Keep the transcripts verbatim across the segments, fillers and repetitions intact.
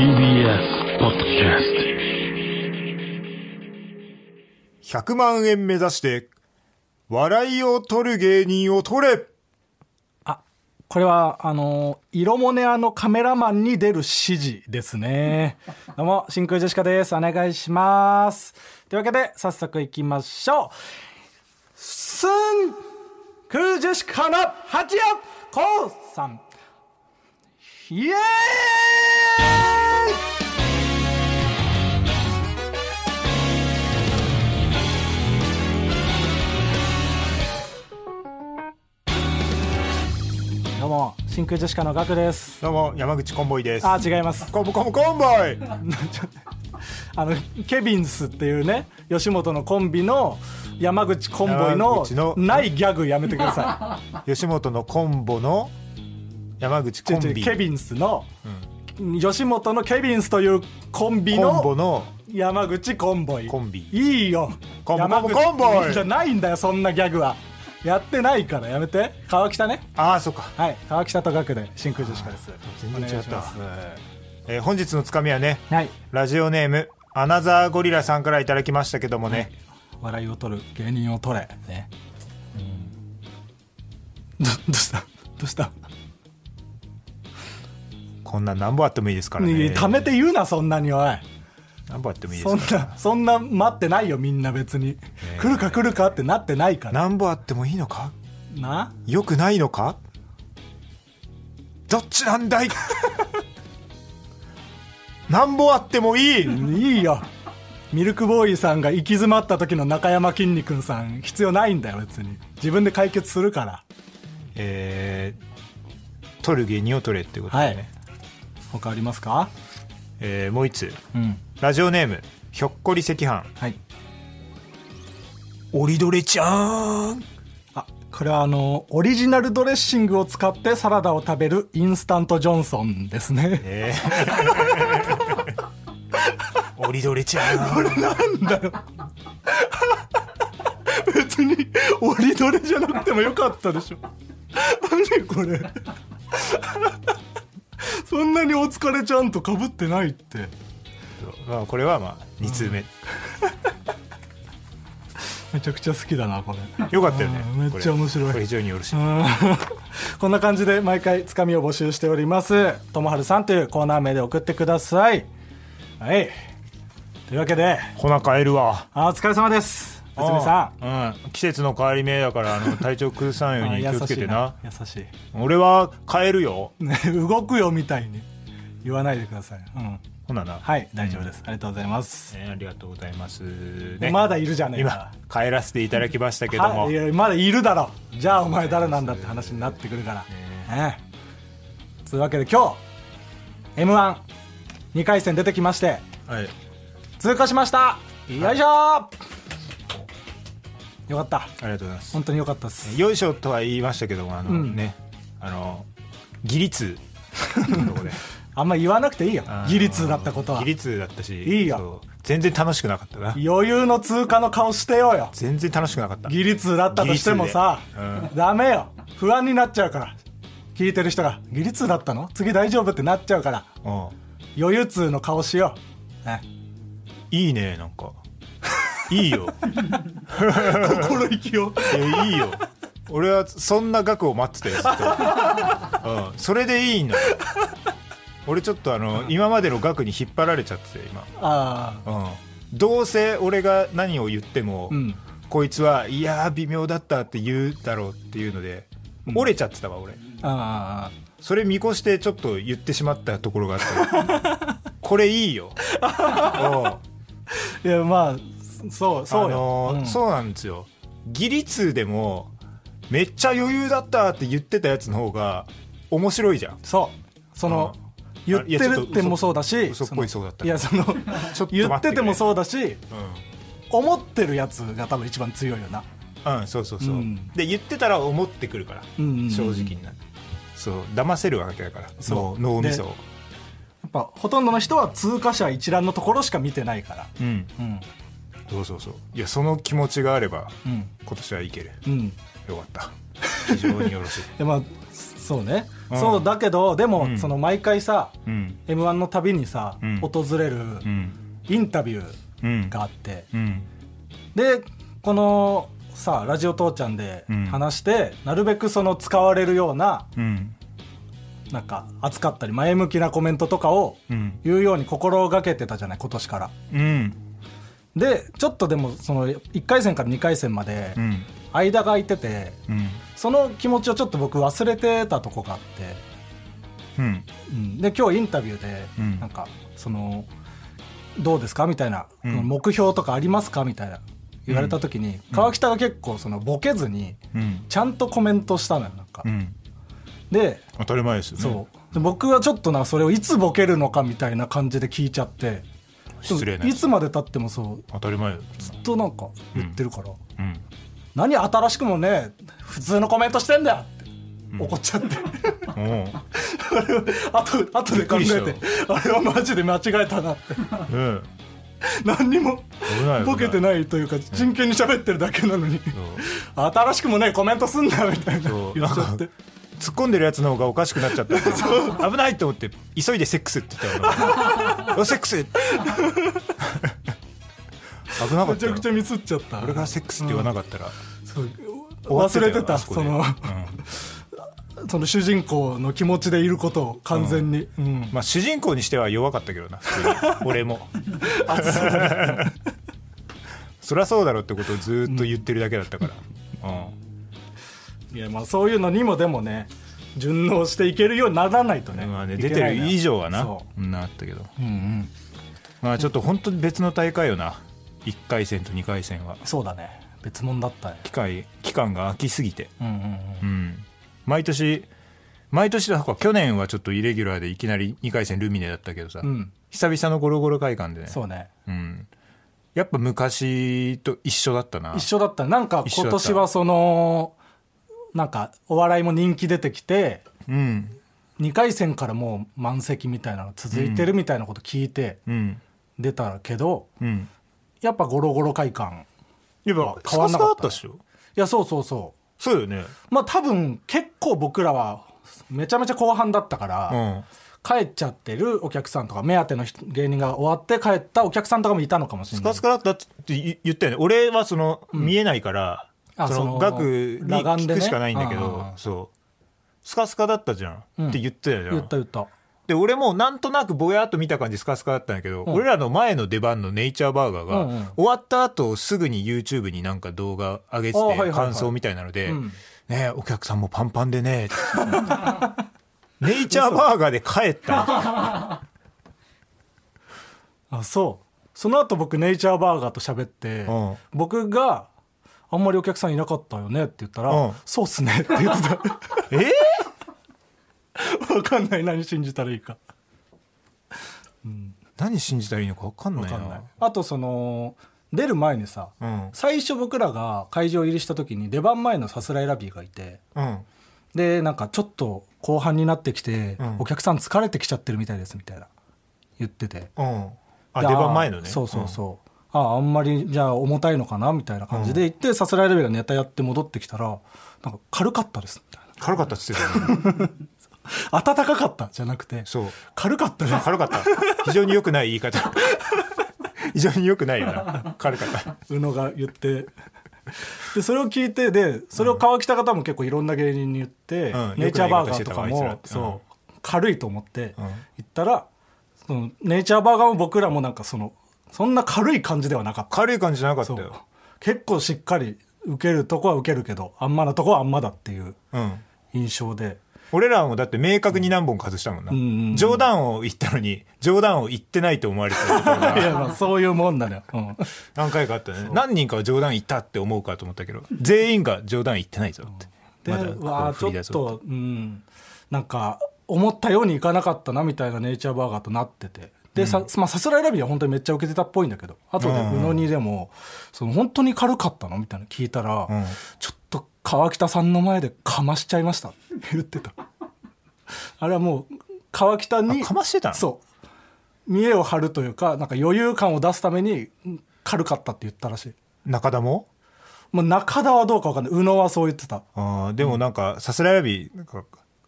ティービーエス ポッドキャストひゃくまんえん目指して笑いを取る芸人を取れ。 あ、これはあの色モネアのカメラマンに出る指示ですね。どうも真空ジェシカです。お願いします。というわけで早速いきましょう。真空ジェシカの八谷幸さん、イエーイ。どうも真空ジェシカのガクです。 どうも山口コンボイです。 あ、違います。 コンボコンボコンボイあのケビンスっていうね、吉本のコンビの山口コンボイのないギャグやめてください。吉本のコンボの山口コンビ、 ケビンスの、うん、吉本のケビンスというコンビのコンボの山口コンボイコンビ。 いいよ、 コンボコンボコンボイじゃないんだよ、そんなギャグはやってないからやめて。川北ね。 ああ、そっか。 はい、川北とガクで真空ジェシカです。 全然違った。えー、本日のつかみはね、はい、ラジオネームアナザーゴリラさんからいただきましたけどもね、 はい、笑いを取る芸人を取れね。うん、ど, どうしたどうしたこんな何本あってもいいですからね。 貯めて言うな、そんなに。おい、 何本あってもいいですから。 そんなそんな待ってないよ、みんな別に、えー、来るか来るかってなってないから。 何本あってもいいのかな、 よくないのか、どっちなんだい何本あってもいいいいよ。ミルクボーイさんが行き詰まった時の中山きんに君さん必要ないんだよ、別に自分で解決するから。 えー、取る芸人を取れってことですね、はい、 他ありますか。 えー、もう一つ、 うん、 ラジオネームひょっこり赤飯、 はい、 オリドレちゃん。 あ、これはあのオリジナルドレッシングを使ってサラダを食べるインスタントジョンソンですね、えー、オリドレちゃん。 これなんだよ別にオリドレじゃなくてもよかったでしょ。何これそんなにお疲れちゃんと被ってないって。 まあ、これはまあに通目、うん、 めちゃくちゃ好きだなこれ。 よかったよね、 めっちゃ面白い。 これ非常によろしい。 こんな感じで毎回つかみを募集しております。ともはるさんというコーナー名で送ってください。はい、というわけでほな帰るわ。 あ、お疲れ様です。夏目さん、うん、季節の変わり目だからあの体調崩さんように気をつけてな。 優しい。 俺は帰るよ、 ね、動くよみたいに言わないでください。うん、 ほなな。 はい、大丈夫です、うん、ありがとうございます、 えー、ありがとうございます、ね、 まだいるじゃねえか。 今帰らせていただきましたけども、 いやまだいるだろ。じゃあお前誰なんだって話になってくるから、えーね、というわけで今日 エムワンに 回戦出てきまして、 はい、 通過しました、はい、よいしょー。よかった。ありがとうございます。 本当によかったです。 よいしょとは言いましたけども、あの、うん、ね、あの義理痛あんま言わなくていいよ、義理痛だったことは。 義理痛だったし、 いいよ。 全然楽しくなかったな。 余裕の通過の顔してよよ。 全然楽しくなかった。 義理痛だったとしてもさ、うん、ダメよ。不安になっちゃうから、聞いてる人が義理痛だったの次大丈夫ってなっちゃうから、うん、余裕痛の顔しよう、ね、いいね。なんかいいよ心意気を。 いや、いいよ。俺はそんな額を待ってたよずっと、うん、それでいいんだよ。俺ちょっとあの今までの額に引っ張られちゃってて今。 あ、 うん、どうせ俺が何を言っても、うん、こいつはいや微妙だったって言うだろうっていうので、うん、折れちゃってたわ俺。 あ、 それ見越してちょっと言ってしまったところがあったこれいいよいやまあそうそうよ、 あのーうん、そうなんですよ。義理痛でもめっちゃ余裕だったって言ってたやつの方が面白いじゃん。 そうその、うん、言ってるってもそうだし、 嘘っぽいそうだった。 いやそのちょっと待って、言っててもそうだし、うん、思ってるやつが多分一番強いよな。 うん、そうそうそう、うん、で言ってたら思ってくるから、うんうんうん、正直になる。そう騙せるわけだから、そう脳みそを。やっぱほとんどの人は通過者一覧のところしか見てないから、 うん、うん、そうそうそう。いやその気持ちがあれば、うん、今年はいける、うん、よかった。非常によろしいで、まあ、 そうね、 うんそうだけどでも、 うんその毎回さ、 うんエムワン の旅にさ、 うん訪れるうんインタビュうんーがあって、 うんでこのさラジオ父ちゃんで話して、なるべくその使われるようなうんなんか熱かったり前向きなコメントとかをうん言うように心がけてたじゃない今年から。 うんでちょっとでもそのいっかい戦からにかい戦までうん間が空いてて、 うんその気持ちをちょっと僕忘れてたとこがあって、 うんうん、で今日インタビューで、 うんなんかそのどうですかみたいな、 うん目標とかありますかみたいな言われた時に、川北が結構そのボケずにうんちゃんとコメントしたのよなんか、 うんで当たり前ですよね。 そうで僕はちょっとなそれをいつボケるのかみたいな感じで聞いちゃって失礼ないつまでたってもそう当たり前よ。 ずっとなんか言ってるから、 うん何新しくもね普通のコメントしてんだよって怒っちゃって、 おうあれは後後で考えびっくりてあれはマジで間違えたなってうん何にも危ないボケてないというか真剣に喋ってるだけなのに新しくもねコメントすんだみたいなそう言っちゃって突っ込んでるやつの方がおかしくなっちゃったって危ないと思って急いでセックスって言ったよおセックス危なかめったよちゃくちゃミスっちゃった俺がセックスって言わなかったら、 そう終わってよ忘れてたあそこでそのその主人公の気持ちでいることを完全に、うんうんまあ主人公にしては弱かったけどな普通に俺もそりゃそうだろってことをずっと言ってるだけだったから、うんいやまあそういうのにもでもね順応していけるようにならないとね,、 まあねいけないな出てる以上はなそそんなあったけど、 う、うんうん、 まあちょっと本当に別の大会よないっかい戦とにかい戦はそうだね別物だったね機会期間が空きすぎて、 うんうんうんうん、毎年毎年だから去年はちょっとイレギュラーでいきなりにかい戦ルミネだったけどさ、 うん久々のゴロゴロ会館でねそうねうん、やっぱ昔と一緒だったな一緒だったなんか一緒だった今年はそのなんかお笑いも人気出てきてうんにかい戦からもう満席みたいなの続いてるみたいなこと聞いてうん出たけど、 うんやっぱゴロゴロ会館やっぱ変わんなかったスカスカだったっしょいやそうそうそうそうよねまあ多分結構僕らはめちゃめちゃ後半だったから、 うん帰っちゃってるお客さんとか目当ての人芸人が終わって帰ったお客さんとかもいたのかもしれないスカスカだったって言言ったよね俺はその、見えないからそのあその額に裸眼でね聞くしかないんだけあどあそうスカスカだったじゃん、 うんって言ってたよ言った言ったで俺もなんとなくぼやっと見た感じスカスカだったんだけど、 うん俺らの前の出番のネイチャーバーガーが、 うんうん終わった後すぐに YouTube になんか動画上げてあはいはいはいて感想みたいなので、 うんねえお客さんもパンパンでねネイチャーバーガーで帰ったあそうその後僕ネイチャーバーガーと喋って、 うん僕があんまりお客さんいなかったよねって言ったら、 うんそうっすねって言ってたえ分かんない何信じたらいいか何信じたらいいのか分かんないな分かんないあとその出る前にさ、 うん最初僕らが会場入りした時に出番前のさすらいラビーがいてうんでなんかちょっと後半になってきて、 うんお客さん疲れてきちゃってるみたいですみたいな言っててうんあで出番前のねあそうそうそう、あああんまりじゃあ重たいのかなみたいな感じで言って、さすらいラビーがネタやって戻ってきたらなんか軽かったですみたいな軽かったっつってたよね暖かかったじゃなくてそう軽かったです軽かった非常に良くない言い方非常に良くないよな軽かった宇野が言ってでそれを聞いてでそれを川北方も結構いろんな芸人に言って、 うんネイチャーバーガーとかも良くない言い方してたわあいつらってそう軽いと思ってうん言ったら、そのネイチャーバーガーも僕らもなんかそのそんな軽い感じではなかった軽い感じじゃなかったそうよ結構しっかり受けるとこは受けるけどあんまなとこはあんまだっていううん印象で俺らもだって明確に何本外したもんな、 うんうんうん冗談を言ったのに冗談を言ってないと思われてるところいがやまあそういうもんだね、うん、 何回かあったね何人かは冗談言ったって思うかと思ったけど全員が冗談言ってないぞって、 で、 まだわあちょっここ振り出そうと、うん、なんか思ったようにいかなかったなみたいなネイチャーバーガーとなっててで、さまあ、さすらいラビーは本当にめっちゃ受けてたっぽいんだけど後で宇野にでもその本当に軽かったのみたいなの聞いたら、 うんちょっと川北さんの前でかましちゃいましたって言ってたあれはもう川北にあかましてたのそう見栄を張るというかなんか余裕感を出すためにうん軽かったって言ったらしい。 中田もまあ、中田はどうか分かんない宇野はそう言ってた。 あーでもなんかさすらいラビなんか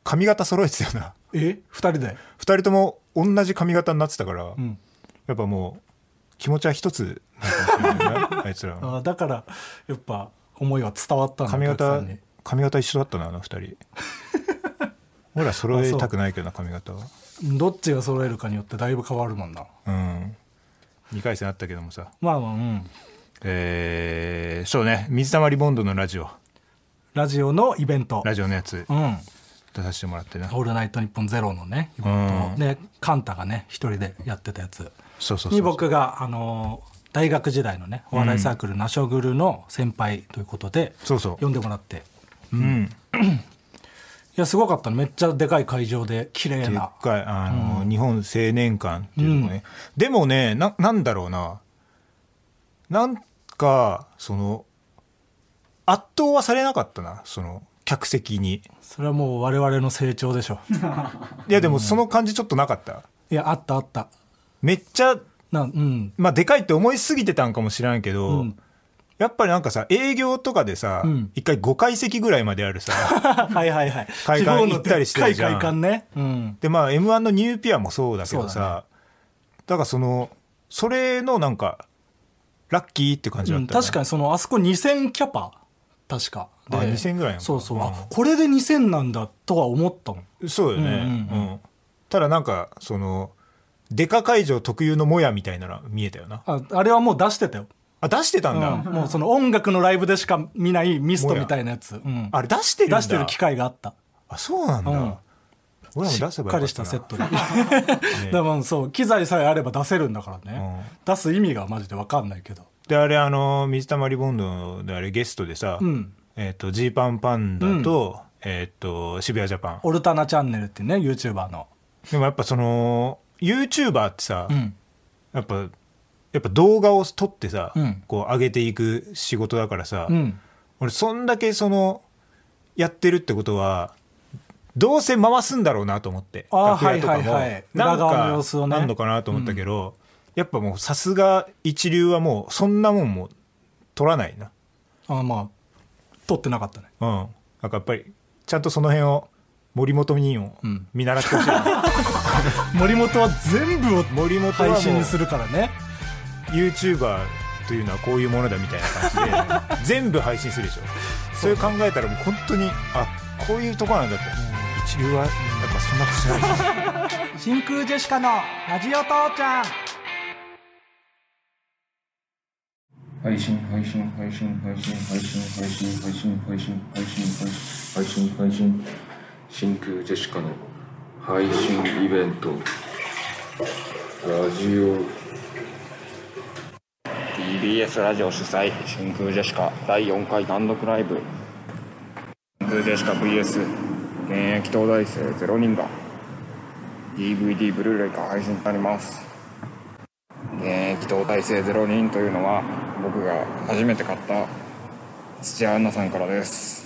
髪型揃えてたよな。 えふたりでふたりとも同じ髪型になってたから、 うん、 やっぱもう気持ちは一つなんかもしれないなあいつらあだからやっぱ思いは伝わったんだ。 髪型に髪型一緒だったなあのふたり俺ら揃えたくないけどな髪型は。 どっちが揃えるかによってだいぶ変わるもんな。 うんにかい戦あったけどもさ、 まあまあうんえー、そうね水溜りボンドのラジオラジオのイベントラジオのやつうん出させてもらってな、 オールナイトニッポンゼロのねイベント、 うん、 でカンタがね一人でやってたやつそうそうそうに僕があの大学時代のねお笑いサークルナショグルの先輩ということで、 そうそう呼んでもらってうん、うん、 いやすごかったね。めっちゃでかい会場で綺麗なでっかいあの、うん、日本青年館っていうのね、うん、でもね な, なんだろうななんかその圧倒はされなかったなその客席に。 それはもう我々の成長でしょいやでもその感じちょっとなかった。 いやあったあった。 めっちゃな、うん、 まあでかいって思いすぎてたんかもしれんけど、うん、やっぱりなんかさ営業とかでさ、うん、一回ごかい席ぐらいまであるさはいはいはい会館行ったりしてるじゃん。 会館ね、うん、 でまあ エムワン のニューピアもそうだけどさ だ,、ね、だからそのそれのなんかラッキーって感じだった、ね、 うん、確かにそのあそこにせんキャパ確かであにせんぐらいなのか。 そうそう、 うん、 あこれでにせんなんだとは思ったもん。 そうよね、うんうんうんうん、ただなんかそのデカ会場特有のもやみたいなの見えたよな。 あ, あれはもう出してたよ。 あ出してたんだ、 うん、もうその音楽のライブでしか見ないミストみたいなやつ、うん、 あれ出してるんだ。 出してる機会があった。 あそうなんだ、うん、俺も出せばよかったな。 しっかりしたセットででもそう機材さえあれば出せるんだからね、うん、出す意味がマジで分かんないけど。 であれあの水溜りボンドであれゲストでさ、うん、えー、とジーパンパンダと、うん、えー、と渋谷ジャパンオルタナチャンネルってね YouTuber の。 でもやっぱその YouTuber ってさ、うん、やっぱやっぱ動画を撮ってさ、うん、こう上げていく仕事だからさ、うん、俺そんだけそのやってるってことはどうせ回すんだろうなと思って、楽屋とかもなんかなんのかなと思ったけど、うん、やっぱもうさすが一流はもうそんなもんも撮らないな。 あまあ撮ってなかったね。 うんなんかやっぱりちゃんとその辺を森本にを見習ってほしい、 うん、森本は全部を配信にするからね。 YouTuber というのはこういうものだみたいな感じで全部配信するでしょ。それ考えたらもう本当にあこういうとこなんだって、うん、一流はやっぱそんなことしない真空ジェシカのラジオ父ちゃん。 配信配信配信配信配信配信配信配信配信配信配信真空ジェシカの配信イベントラジオティービーエス ラジオ主催真空ジェシカだいよんかい単独ライブ真空ジェシカ ブイエス 現役東大生ゼロにんが ディーブイディー ブルーレイ化配信となります。現役東大生ゼロにんというのは僕が初めて買った土屋アンナさんからです。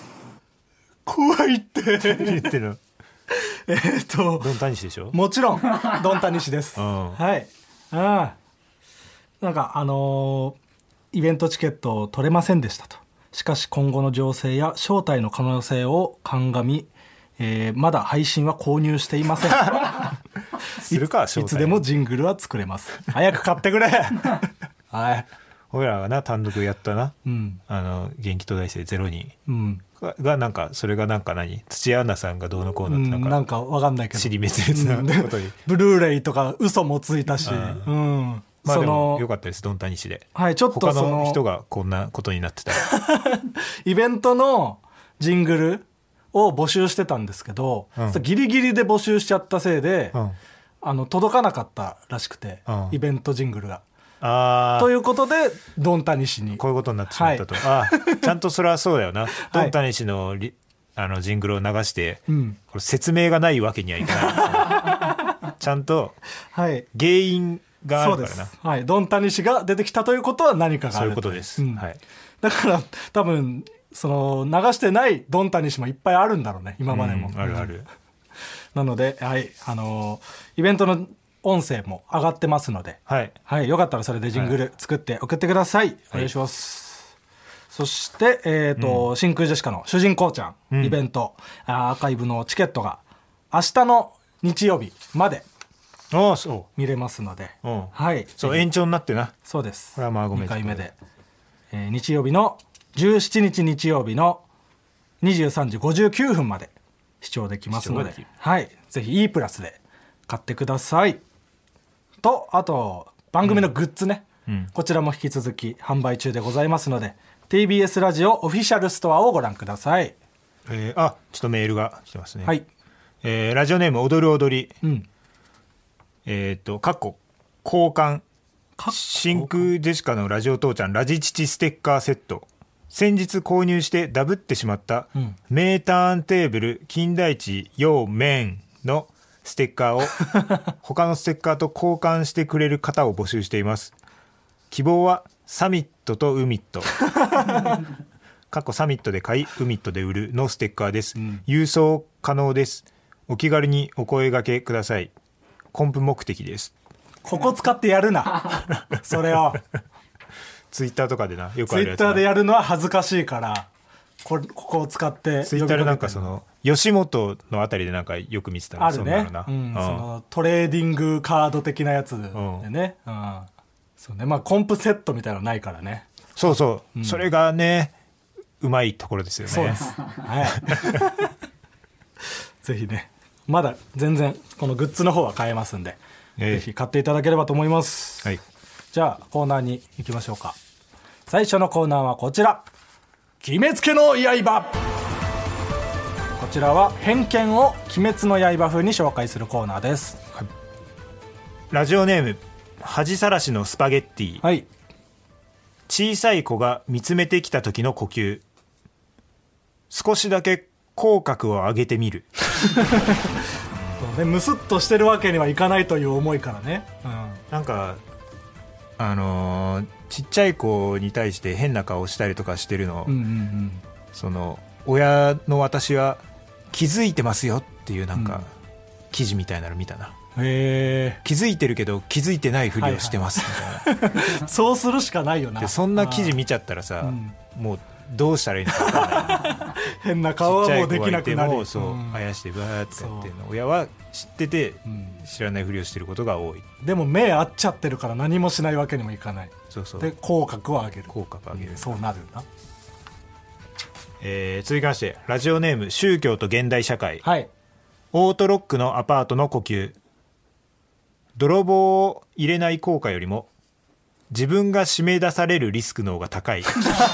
怖いって言ってるえっとドンタニシでしょ。 もちろんドンタニシです、 うん、 はいあなんかあのー、イベントチケットを取れませんでしたと。しかし今後の情勢や招待の可能性を鑑み、えー、まだ配信は購入していませんするかい, いつでもジングルは作れます。早く買ってくれはい俺らがな単独やったな、 うん、 あの現役東大生ゼロにん、 うん、 が, がなんかそれがなんか何土屋アンナさんがどうのこうのってなんか、 うん、なんかわかんないけど尻滅裂なことに、うん、 ブルーレイとか嘘もついたし、うん、うん、 まあでもよかったですドンタニシで。 はいちょっとその他の人がこんなことになってたらイベントのジングルを募集してたんですけど、うん、ギリギリで募集しちゃったせいで、うん、あの届かなかったらしくて、うん、イベントジングルがあということでドンタニシにこういうことになってしまったと、はい、あちゃんとそれはそうだよなドンタニシのリあのジングルを流して、うん、これ説明がないわけにはいかないちゃんと原因があるからな、はい、そうです、 はい、ドンタニシが出てきたということは何かがある。 そういうことです、うんはい、 だから多分その流してないドンタニシもいっぱいあるんだろうね今までも、 うん、あるあるなので、はいあのー、イベントの音声も上がってますので、 はいはい、よかったらそれでジングル作って送ってください、はい、お願いします、はい、そして、えーとうん、真空ジェシカの主人公ちゃん、うん、イベントアーカイブのチケットが明日の日曜日までああそう見れますので、 うんはいそう延長になってな。 そうです。 これはまあごめんにかいめで、えー日曜日のじゅうしちにち日曜日のにじゅうさんじごじゅうきゅうふんまで視聴できますので視聴できる、 はい、ぜひ E プラスで買ってください。とあと番組のグッズね、 うんこちらも引き続き販売中でございますので ティービーエス ラジオオフィシャルストアをご覧ください。 えーあちょっとメールが来てますね。 はい、 えーラジオネーム踊る踊り、 うん、 えっ、とかっこ交換か真空ジェシカのラジオ父ちゃんラジチチステッカーセット。先日購入してダブってしまった、 うん名ターンテーブル金田一陽麺のステッカーを他のステッカーと交換してくれる方を募集しています。希望はサミットとウミット過去サミットで買いウミットで売るのステッカーです、 ん郵送可能です。お気軽にお声掛けください。コンプ目的です。 ここ使ってやるなそれをツイッターとかでなよくあツイッタるやつな。 ーでやるのは恥ずかしいからこれここを使ってツイッターでなんかその吉本のあたりでなんかよく見てたのあるねそんなのな、 うんうんそのトレーディングカード的なやつでね、うんそうね、まあコンプセットみたいなのないからね。 そうそう、それがねうまいところですよね。 そうですはいぜひねまだ全然このグッズの方は買えますんで、 ええぜひ買っていただければと思います、 はい、 じゃあコーナーに行きましょうか。最初のコーナーはこちら、決めつけの刃。こちらは偏見を鬼滅の刃風に紹介するコーナーです。 ラジオネーム恥さらしのスパゲッティ、 はい、 小さい子が見つめてきた時の呼吸。少しだけ口角を上げてみるそうね、ムスッとしてるわけにはいかないという思いからね、うん、 なんかあのーちっちゃい子に対して変な顔したりとかしてるの、 うんうんうん、 その親の私は気づいてますよっていうなんか、 うん記事みたいなの見たな。 へ気づいてるけど気づいてないふりをしてますみたいな、 えそうするしかないよな。 でそんな記事見ちゃったらさ、 うんもうどうしたらいいのか分かんない変な顔はもうできなくなり、 ちっちゃい子がいてもそう、 うんあやしてバーってやってるの親は知ってて、 うん知らないふりをしてることが多い。 でも目合っちゃってるから何もしないわけにもいかない。 そうそうで口角を上げる、 口角上げる、 そうなるな。 えー続きましてラジオネーム宗教と現代社会、 はい、 オートロックのアパートの呼吸。泥棒を入れない効果よりも自分が締め出されるリスクの方が高い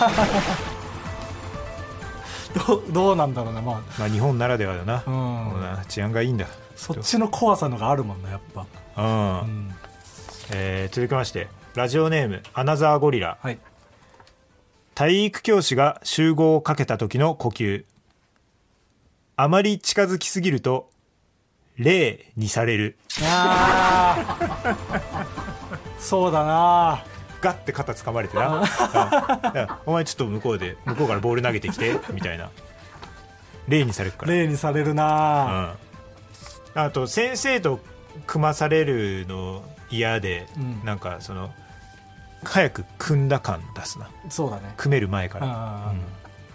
ど, どうなんだろうな、まあ、 まあ日本ならではだな、 うんもうな治安がいいんだ。 そっちの怖さのがあるもんなやっぱ、 うんうんえー続きましてラジオネームアナザーゴリラ、 はい、 体育教師が集合をかけた時の呼吸。あまり近づきすぎると礼にされる。 あそうだな、 ガッて肩掴まれてな、うんうんお前ちょっと向こうで向こうからボール投げてきてみたいな礼にされるから。 例にされるな、 うん、あと先生と組まされるの嫌で、 うんなんかその早く組んだ感出すな、 そうだね。 組める前から、 あうん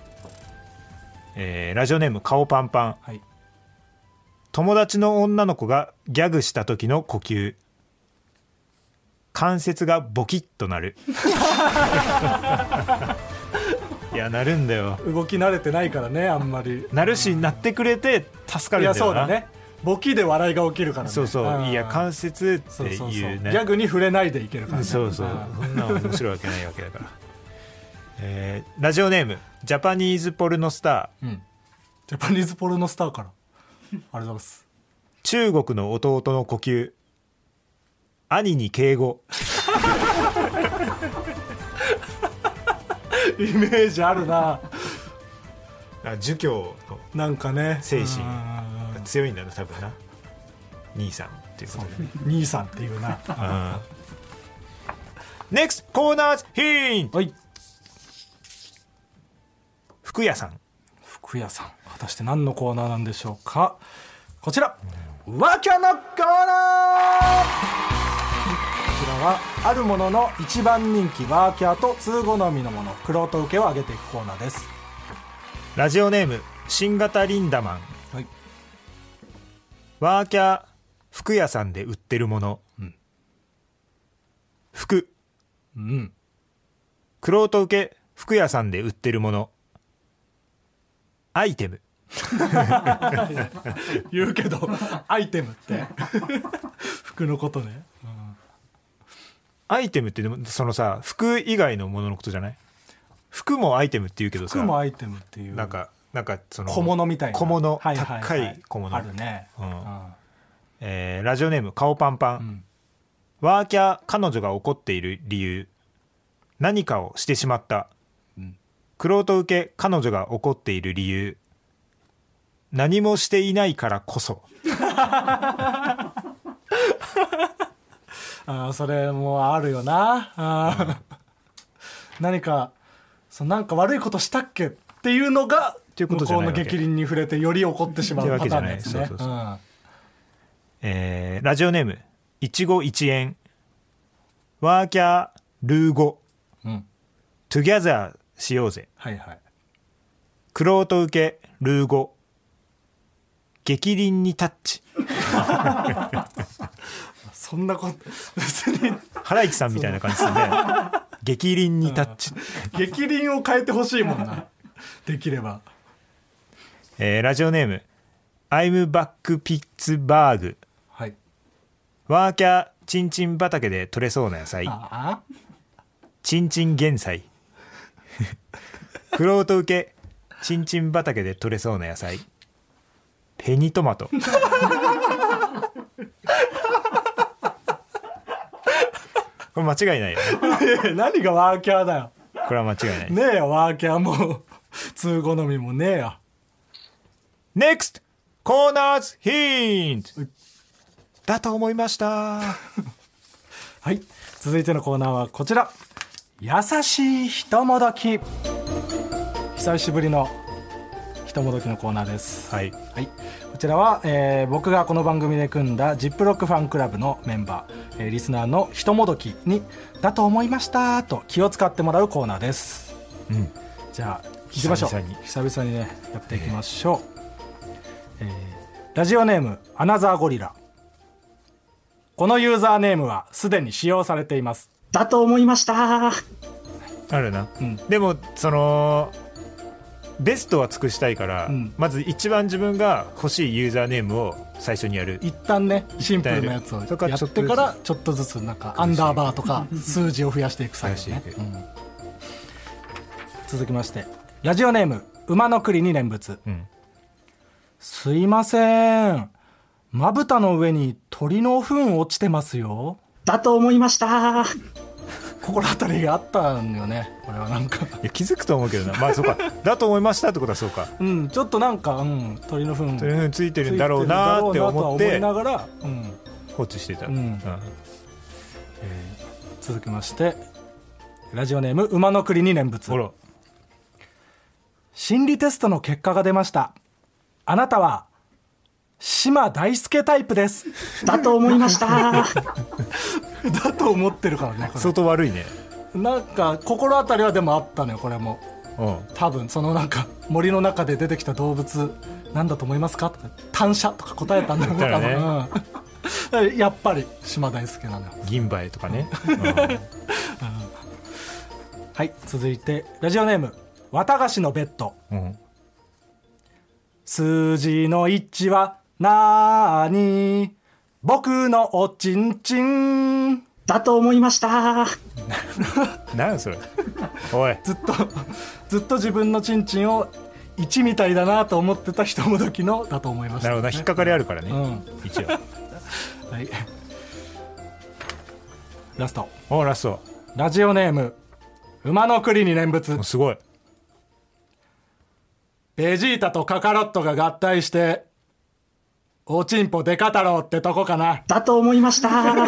えーラジオネーム顔パンパン、 はい、 友達の女の子がギャグした時の呼吸。関節がボキッとなるいやなるんだよ、 動き慣れてないからねあんまり。 なるしなってくれて助かいやるんだよな。 そうだね、ボキで笑いが起きるからね。 そうそう、 んいや関節ってそうそうそういうねギャグに触れないでいけるからね。 そうそう、そんな面白いわけないわけだから、えーラジオネームジャパニーズポルノスター。 うん、ジャパニーズポルノスターからありがとうございます。 中国の弟の呼吸。兄に敬語イメージあるなあ儒教のなんかね精神うんが強いんだな多分な兄さんっていうことでね。 兄さんっていうなうん NEXT コーナーヒント。 はい、 服屋さん。 服屋さん果たして何のコーナーなんでしょうか。こちらワーキャーのコーナー。こちらはあるものの一番人気ワーキャーと通好みのもの玄人受けを上げていくコーナーです。 ラジオネーム新型リンダマン。 はい、 ワーキャー服屋さんで売ってるもの、うん、服、うん、クロート受け服屋さんで売ってるもの、アイテム言うけどアイテムって服のことね、うん、 アイテムってでもそのさ服以外のもののことじゃない？服もアイテムって言うけどさ、 服もアイテムっていうなんかなんかその小物みたいな小物、 はいはいはい、 高い小物あるね、うんうん、 えー、ラジオネーム顔パンパン、うん、ワーキャー彼女が怒っている理由、何かをしてしまった、うん、クロート受け彼女が怒っている理由、何もしていないからこそあ、それもあるよなあ、うん、何かそなんか悪いことしたっけっていうのが向こうの逆鱗に触れてより怒ってしまうパターンのやつね。 えー、ラジオネームいちごいちえん、ワーキャールーゴ、うん、トゥギャザーしようぜ、はいはい、クロート受けルーゴ、激鱗にタッチそんなこと別にハライチさんみたいな感じですね激鱗にタッチ、 うん、激鱗を変えてほしいもんなできれば、 えー、ラジオネームアイムバックピッツバーグ、はい、ワーキャーチンチン畑で採れそうな野菜、あチンチン原菜クロート受けチンチン畑で採れそうな野菜、ペニトマトこれ間違いないよね何がワーキャーだよ、 これは間違いないねえよ、ワーキャーも通好みもねえよ。 NEXT コーナーズヒントだと思いましたはい、続いてのコーナーはこちら、優しい人もどき。久しぶりの人もどきのコーナーです。はい、はい、こちらは、えー、僕がこの番組で組んだジップロックファンクラブのメンバー、えー、リスナーの人もどきにだと思いましたと気を使ってもらうコーナーです。うん、じゃあ行きましょう。久々に久々にねやっていきましょう。えーえー、ラジオネームアナザーゴリラ。このユーザーネームはすでに使用されています。 だと思いました。 あるな、うん、でもそのベストは尽くしたいから、うん、まず一番自分が欲しいユーザーネームを最初にやる。 一旦ねシンプルなやつをやってからちょっとずつなんかアンダーバーとか数字を増やしていく作業ね、うん、続きましてラジオネーム馬の栗に念仏、うん、すいません、まぶたの上に鳥の糞落ちてますよ。 だと思いました。 心当たりがあったんよねこれは。なんかいや気づくと思うけどな、まあそうかだと思いましたってことはそうか、 うん、ちょっとなんか、うん、鳥の糞鳥の糞ついてるんだろうなって思って思いながら、うん、 放置してた、うんうん、 えー、続きましてラジオネーム馬の栗に念仏。心理テストの結果が出ました。あなたは島大輔タイプです。 だと思いましただと思ってるからね。 相当悪いね。 なんか心当たりはでもあったのよこれも。うん、多分そのなんか森の中で出てきた動物なんだと思いますかとか単車とか答えたんだろうね多分、うん、やっぱり島大輔なのよ。 銀杯とかね、 うん、はい続いてラジオネーム綿菓子のベッド、うん、数字の一致はなーに、僕のおちんちんだと思いました何それおいずっとずっと自分のちんちんをいちみたいだなと思ってた人もどきのだと思いました、ね、 なるほど引っかかりあるからね、うん、一応はいラストおラストラジオネーム馬の栗に念仏。 すごい。 ベジータとカカロットが合体しておちんぽデカ太郎ってとこかな。 だと思いましただ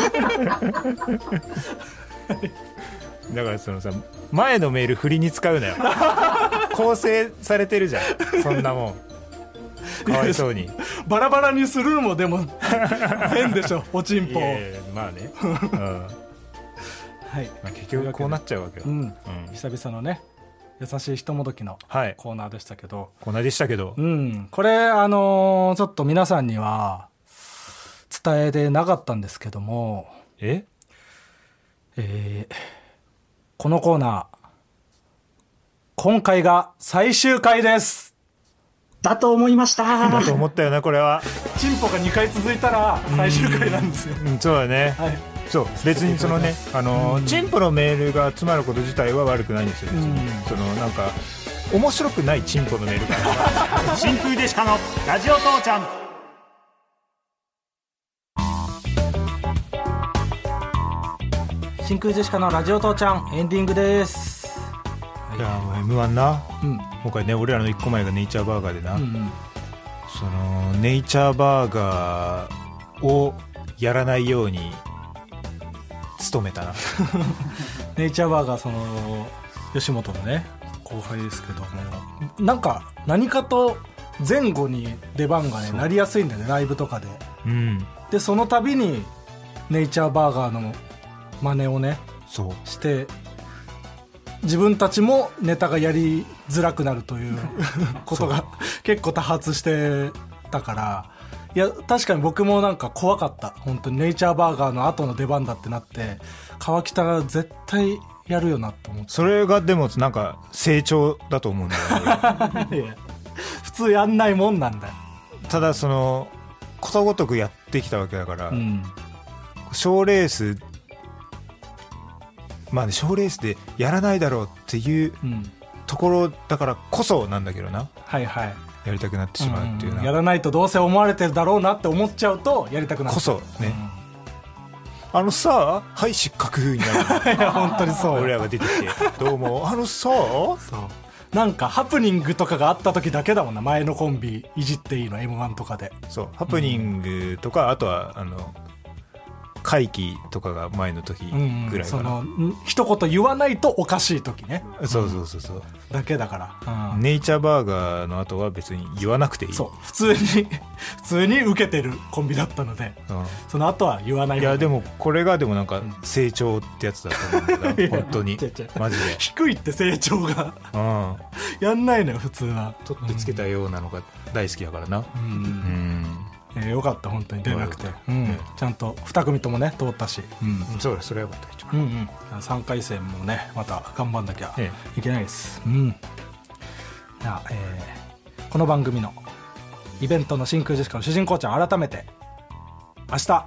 からそのさ前のメール振りに使うなよ構成されてるじゃんそんなもんかわいそうにバラバラにするのもでも変でしょおちんぽを。 いやいやまあね、うんはいまあ、結局こうなっちゃうわけよ、うんうん、 久々のね優しい人もどきのコーナーでしたけど、はい、 コーナーでしたけど、 うん、これあのー、ちょっと皆さんには伝えでなかったんですけども、 ええー、このコーナー今回が最終回です。 だと思いましただと思ったよなこれは。 チンポがにかい続いたら最終回なんですよ。 うん、そうだね、はい、そう別にそのねあの、うん、チンポのメールが集まること自体は悪くないんですよ、うん、そのなんか面白くないチンポのメールから真空ジェシカのラジオ父ちゃん。 真空ジェシカのラジオ父ちゃんエンディングです。 いやもう エムワン な、うん、今回ね俺らのいっこまえがネイチャーバーガーでな、うんうん、そのネイチャーバーガーをやらないように努めたなネイチャーバーガーその吉本のね後輩ですけども、なんか何かと前後に出番がねなりやすいんだよねライブとかで、うん、でその度にネイチャーバーガーの真似をねそうして自分たちもネタがやりづらくなるということが結構多発してたから、いや確かに僕もなんか怖かった。本当にネイチャーバーガーの後の出番だってなって川北が絶対やるよなと思って、 それがでもなんか成長だと思うんだよね普通やんないもんなんだよ。 ただそのことごとくやってきたわけだから、うん、賞レースまあね、賞レースでやらないだろうっていうところだからこそなんだけどな、はいはい、やりたくなってしまうっていうな、 うん、やらないとどうせ思われてるだろうなって思っちゃうとやりたくなるこそね、うん、あのさはい失格になるいや本当にそう俺らが出てきてどうもあのさそうなんかハプニングとかがあった時だけだもんな、前のコンビいじっていいの エムワン とかで。 そうハプニングとか、うん、あとはあの会期とかが前の時ぐらいかな、 うん、その一言言わないとおかしい時ね。 そうそうそうそう、 うん、だけだから、 うん、ネイチャーバーガーの後は別に言わなくていい。 そう普通に普通に受けてるコンビだったので、うん、その後は言わない。 いやでもこれがでもなんか成長ってやつだと思うんだよ本当にマジで低いって成長が、うん、やんないのよ普通は。 取ってつけたようなのが大好きだからな。うん、うんえー、よかった本当に出なくて、うんえー、ちゃんとに組ともね通ったし、 うん、そうだそれはよかった一番、うんうん、さんかい戦もねまた頑張んなきゃいけないです、えーうん、じゃあ、えー、この番組のイベントの真空ジェシカの主人公ちゃん改めて明日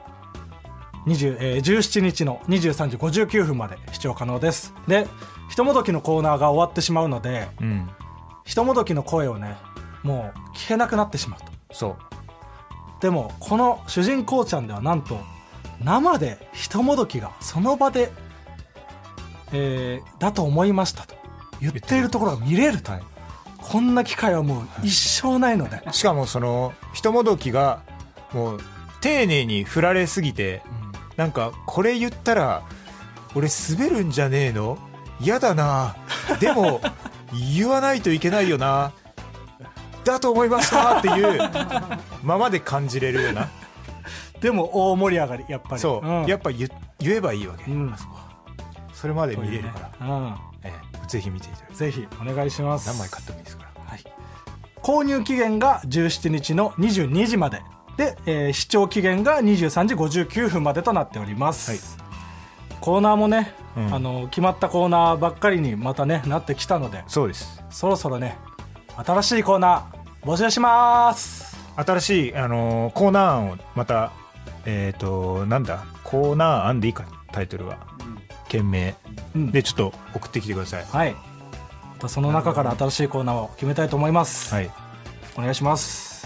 20、えー、じゅうしちにちのにじゅうさんじごじゅうきゅうふんまで視聴可能です。でひともどきのコーナーが終わってしまうので、うん、ひともどきの声をねもう聞けなくなってしまうと。 そうでもこの主人公ちゃんではなんと生でひともどきがその場で、えー、だと思いましたと言っているところが見れると、はい、こんな機会はもう一生ないので、 はい、しかもそのひともどきがもう丁寧に振られすぎて、うん、なんかこれ言ったら俺滑るんじゃねえの嫌だなでも言わないといけないよなだと思いましたっていうままで感じれるようなでも大盛り上がりやっぱりそう、うん、やっぱ 言, 言えばいいわけ、うん、それまで見れるから、ねうんええ、ぜひ見ていただいてぜひお願いします。 何枚買ってもいいですから、はい、 購入期限がじゅうしちにちのにじゅうにじまでで、えー、視聴期限がにじゅうさんじごじゅうきゅうふんまでとなっております、はい、コーナーもね、うん、あの決まったコーナーばっかりにまたねなってきたので、 そうですそろそろね新しいコーナー募集します。 新しい、あのー、コーナー案をまたえっ、ー、となんだコーナー案でいいかタイトルは、うん、件名、うん、でちょっと送ってきてください。 はい、またその中から新しいコーナーを決めたいと思います、はい、お願いします。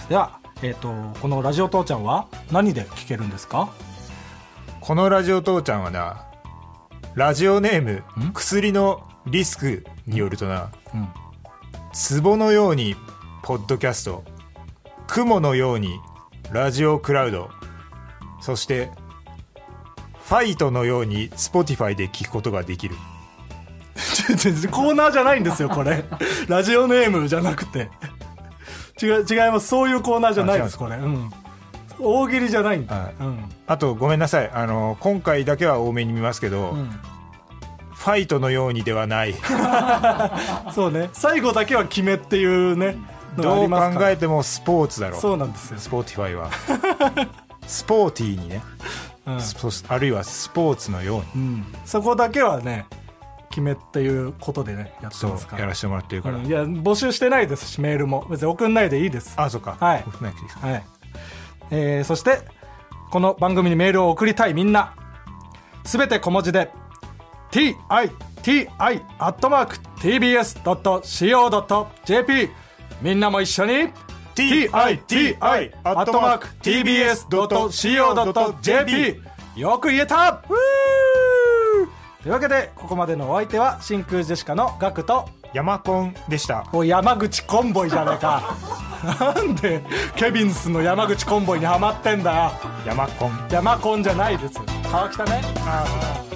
では、えー、とこのラジオ父ちゃんは何で聞けるんですか？ このラジオ父ちゃんはなラジオネーム薬のリスクによるとな、うんうん壺のようにポッドキャスト、雲のようにラジオクラウド、そしてファイトのように Spotify で聞くことができるコーナーじゃないんですよこれラジオネームじゃなくて違う違います。そういうコーナーじゃないですこれ、うん、大喜利じゃないんだ、はいうん、 あとごめんなさい、あの今回だけは多めに見ますけど、うんファイトのようにではないそうね最後だけは決めっていうねどう考えてもスポーツだろ。 そうなんですよスポーティファイはスポーティーにね、 うん、 あるいはスポーツのように、 うん、そこだけはね決めっていうことでねやってますから、 やらせてもらってるから、 うん、いや募集してないですし、メールも別に送んないでいいです。 あ、そうか、 はい、 送んなくていいですか、 はい。えー、そしてこの番組にメールを送りたいみんな、すべて小文字で ティーアイティーアイ アットマーク ティービーエス ドット シーオー ドット ジェーピー、 みんなも一緒に ティーアイティーアイ アットマーク ティービーエス ドット シーオー ドット ジェーピー、 よく言えた。というわけでここまでのお相手は真空ジェシカのガクと山コンでした。 おい、山口コンボイじゃねえかなんでケビンスの山口コンボイにハマってんだよ。 山コン山コンじゃないです。川北ね。 ああ